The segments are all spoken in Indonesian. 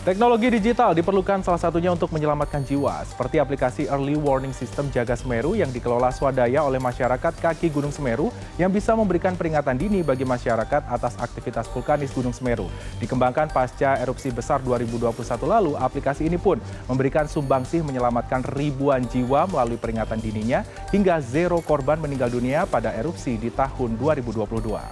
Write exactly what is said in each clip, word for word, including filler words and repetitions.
Teknologi digital diperlukan salah satunya untuk menyelamatkan jiwa, seperti aplikasi Early Warning System Jaga Semeru yang dikelola swadaya oleh masyarakat kaki Gunung Semeru yang bisa memberikan peringatan dini bagi masyarakat atas aktivitas vulkanis Gunung Semeru. Dikembangkan pasca erupsi besar dua ribu dua puluh satu lalu, aplikasi ini pun memberikan sumbangsih menyelamatkan ribuan jiwa melalui peringatan dininya hingga zero korban meninggal dunia pada erupsi di tahun dua ribu dua puluh dua.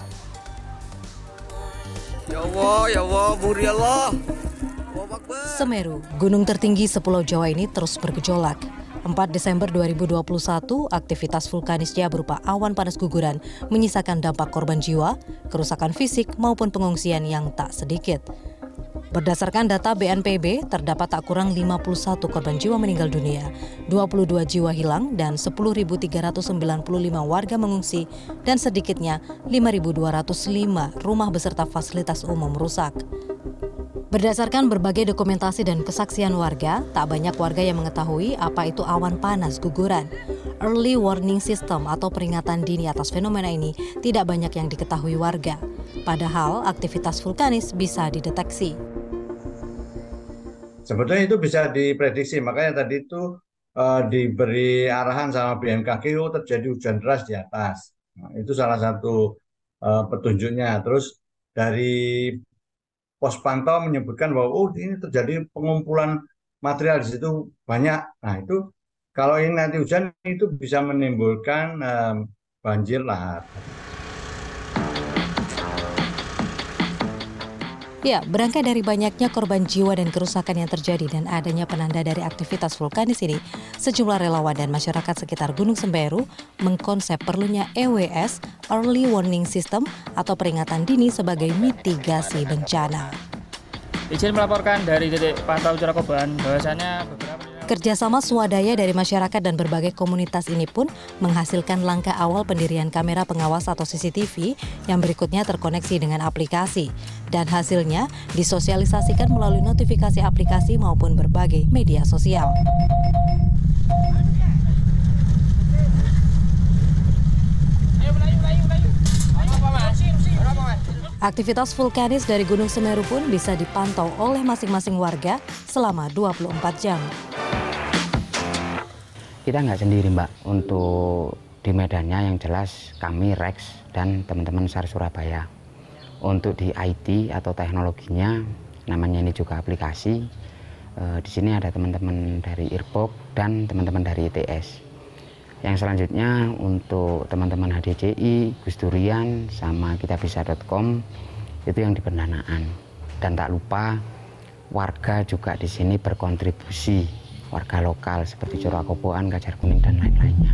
Ya Allah, ya Allah, Buri Allah. Semeru, gunung tertinggi sepulau Jawa ini terus bergejolak. empat Desember dua ribu dua puluh satu, aktivitas vulkanisnya berupa awan panas guguran menyisakan dampak korban jiwa, kerusakan fisik maupun pengungsian yang tak sedikit. Berdasarkan data B N P B, terdapat tak kurang lima puluh satu korban jiwa meninggal dunia, dua puluh dua jiwa hilang, dan sepuluh ribu tiga ratus sembilan puluh lima warga mengungsi, dan sedikitnya lima ribu dua ratus lima rumah beserta fasilitas umum rusak. Berdasarkan berbagai dokumentasi dan kesaksian warga, tak banyak warga yang mengetahui apa itu awan panas guguran. Early Warning System atau peringatan dini atas fenomena ini tidak banyak yang diketahui warga. Padahal aktivitas vulkanis bisa dideteksi. Sebetulnya itu bisa diprediksi, makanya tadi itu uh, diberi arahan sama B M K G, oh, terjadi hujan deras di atas. Nah, itu salah satu uh, petunjuknya. Terus dari pos pantau menyebutkan bahwa oh ini terjadi pengumpulan material di situ banyak. Nah itu kalau ini nanti hujan itu bisa menimbulkan um, banjir lahar. Ya, berangkat dari banyaknya korban jiwa dan kerusakan yang terjadi dan adanya penanda dari aktivitas vulkanis ini, sejumlah relawan dan masyarakat sekitar Gunung Semeru mengkonsep perlunya E W S, Early Warning System, atau peringatan dini sebagai mitigasi bencana. Izin melaporkan dari titik pantau curah koban bahwasannya beberapa kerjasama swadaya dari masyarakat dan berbagai komunitas ini pun menghasilkan langkah awal pendirian kamera pengawas atau C C T V yang berikutnya terkoneksi dengan aplikasi. Dan hasilnya disosialisasikan melalui notifikasi aplikasi maupun berbagai media sosial. Aktivitas vulkanis dari Gunung Semeru pun bisa dipantau oleh masing-masing warga selama dua puluh empat jam. Kita nggak sendiri, Mbak, untuk di medannya yang jelas kami Rex dan teman-teman SAR Surabaya. Untuk di I T atau teknologinya, namanya ini juga aplikasi. E, di sini ada teman-teman dari Irpok dan teman-teman dari I T S. Yang selanjutnya untuk teman-teman H D C I, Gus Durian, sama kitabisa titik com itu yang di pendanaan. Dan tak lupa warga juga di sini berkontribusi. Warga lokal seperti Curakoboan, Kajar Kuning, dan lain-lainnya.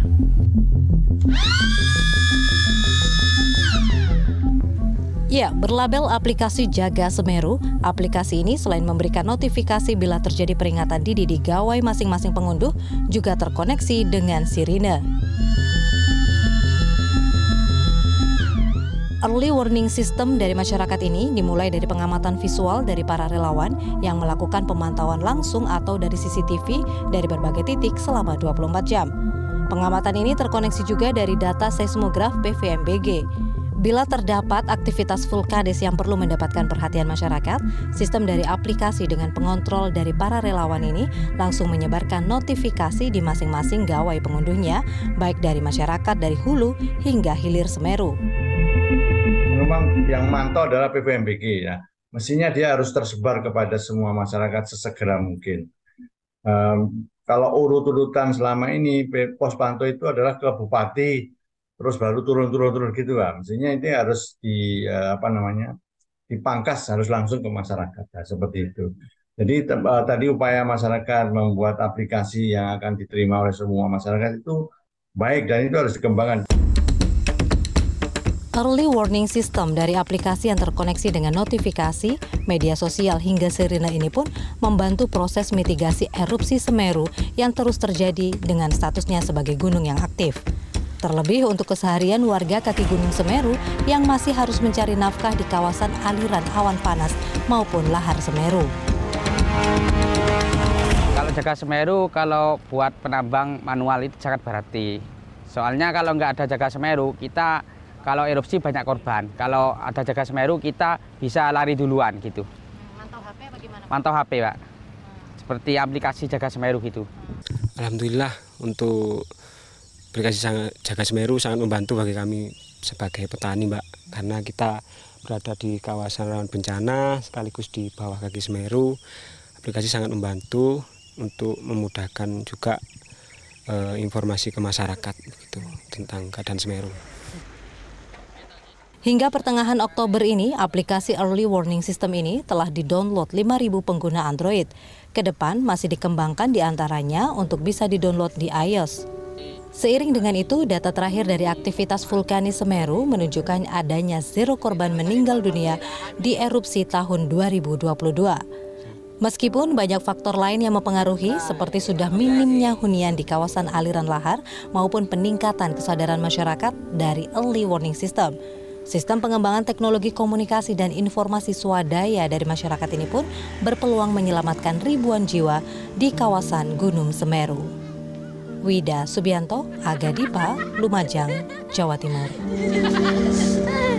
Ya, berlabel aplikasi Jaga Semeru, aplikasi ini selain memberikan notifikasi bila terjadi peringatan dini di gawai masing-masing pengunduh, juga terkoneksi dengan sirine. Early Warning System dari masyarakat ini dimulai dari pengamatan visual dari para relawan yang melakukan pemantauan langsung atau dari C C T V dari berbagai titik selama dua puluh empat jam. Pengamatan ini terkoneksi juga dari data seismograf B V M B G. Bila terdapat aktivitas vulkanis yang perlu mendapatkan perhatian masyarakat, sistem dari aplikasi dengan pengontrol dari para relawan ini langsung menyebarkan notifikasi di masing-masing gawai pengunduhnya, baik dari masyarakat dari hulu hingga hilir Semeru. Memang yang mantau adalah P V M B G ya. Mestinya dia harus tersebar kepada semua masyarakat sesegera mungkin. Um, kalau urut-urutan selama ini pos pantau itu adalah ke bupati, terus baru turun-turun-turun gitu lah. Mestinya ini harus di uh, apa namanya dipangkas, harus langsung ke masyarakat ya, seperti itu. Jadi uh, tadi upaya masyarakat membuat aplikasi yang akan diterima oleh semua masyarakat itu baik dan itu harus dikembangkan. Early Warning System dari aplikasi yang terkoneksi dengan notifikasi, media sosial hingga sirine ini pun membantu proses mitigasi erupsi Semeru yang terus terjadi dengan statusnya sebagai gunung yang aktif. Terlebih untuk keseharian warga kaki Gunung Semeru yang masih harus mencari nafkah di kawasan aliran awan panas maupun lahar Semeru. Kalau Jaga Semeru, kalau buat penambang manual itu sangat berarti. Soalnya kalau nggak ada Jaga Semeru, kita kalau erupsi banyak korban. Kalau ada Jaga Semeru, kita bisa lari duluan gitu. Mantau H P bagaimana? mantau H P, Pak. Seperti aplikasi Jaga Semeru gitu. Alhamdulillah untuk aplikasi Jaga Semeru sangat membantu bagi kami sebagai petani, Mbak. Karena kita berada di kawasan rawan bencana sekaligus di bawah kaki Semeru. Aplikasi sangat membantu untuk memudahkan juga eh, informasi ke masyarakat gitu, tentang keadaan Semeru. Hingga pertengahan Oktober ini, aplikasi Early Warning System ini telah di-download lima ribu pengguna Android. Kedepan masih dikembangkan diantaranya untuk bisa di-download di iOS. Seiring dengan itu, data terakhir dari aktivitas vulkanis Semeru menunjukkan adanya zero korban meninggal dunia di erupsi tahun dua ribu dua puluh dua. Meskipun banyak faktor lain yang mempengaruhi, seperti sudah minimnya hunian di kawasan aliran lahar maupun peningkatan kesadaran masyarakat dari Early Warning System. Sistem pengembangan teknologi komunikasi dan informasi swadaya dari masyarakat ini pun berpeluang menyelamatkan ribuan jiwa di kawasan Gunung Semeru. Wida Subianto, Aga Dipa, Lumajang, Jawa Timur.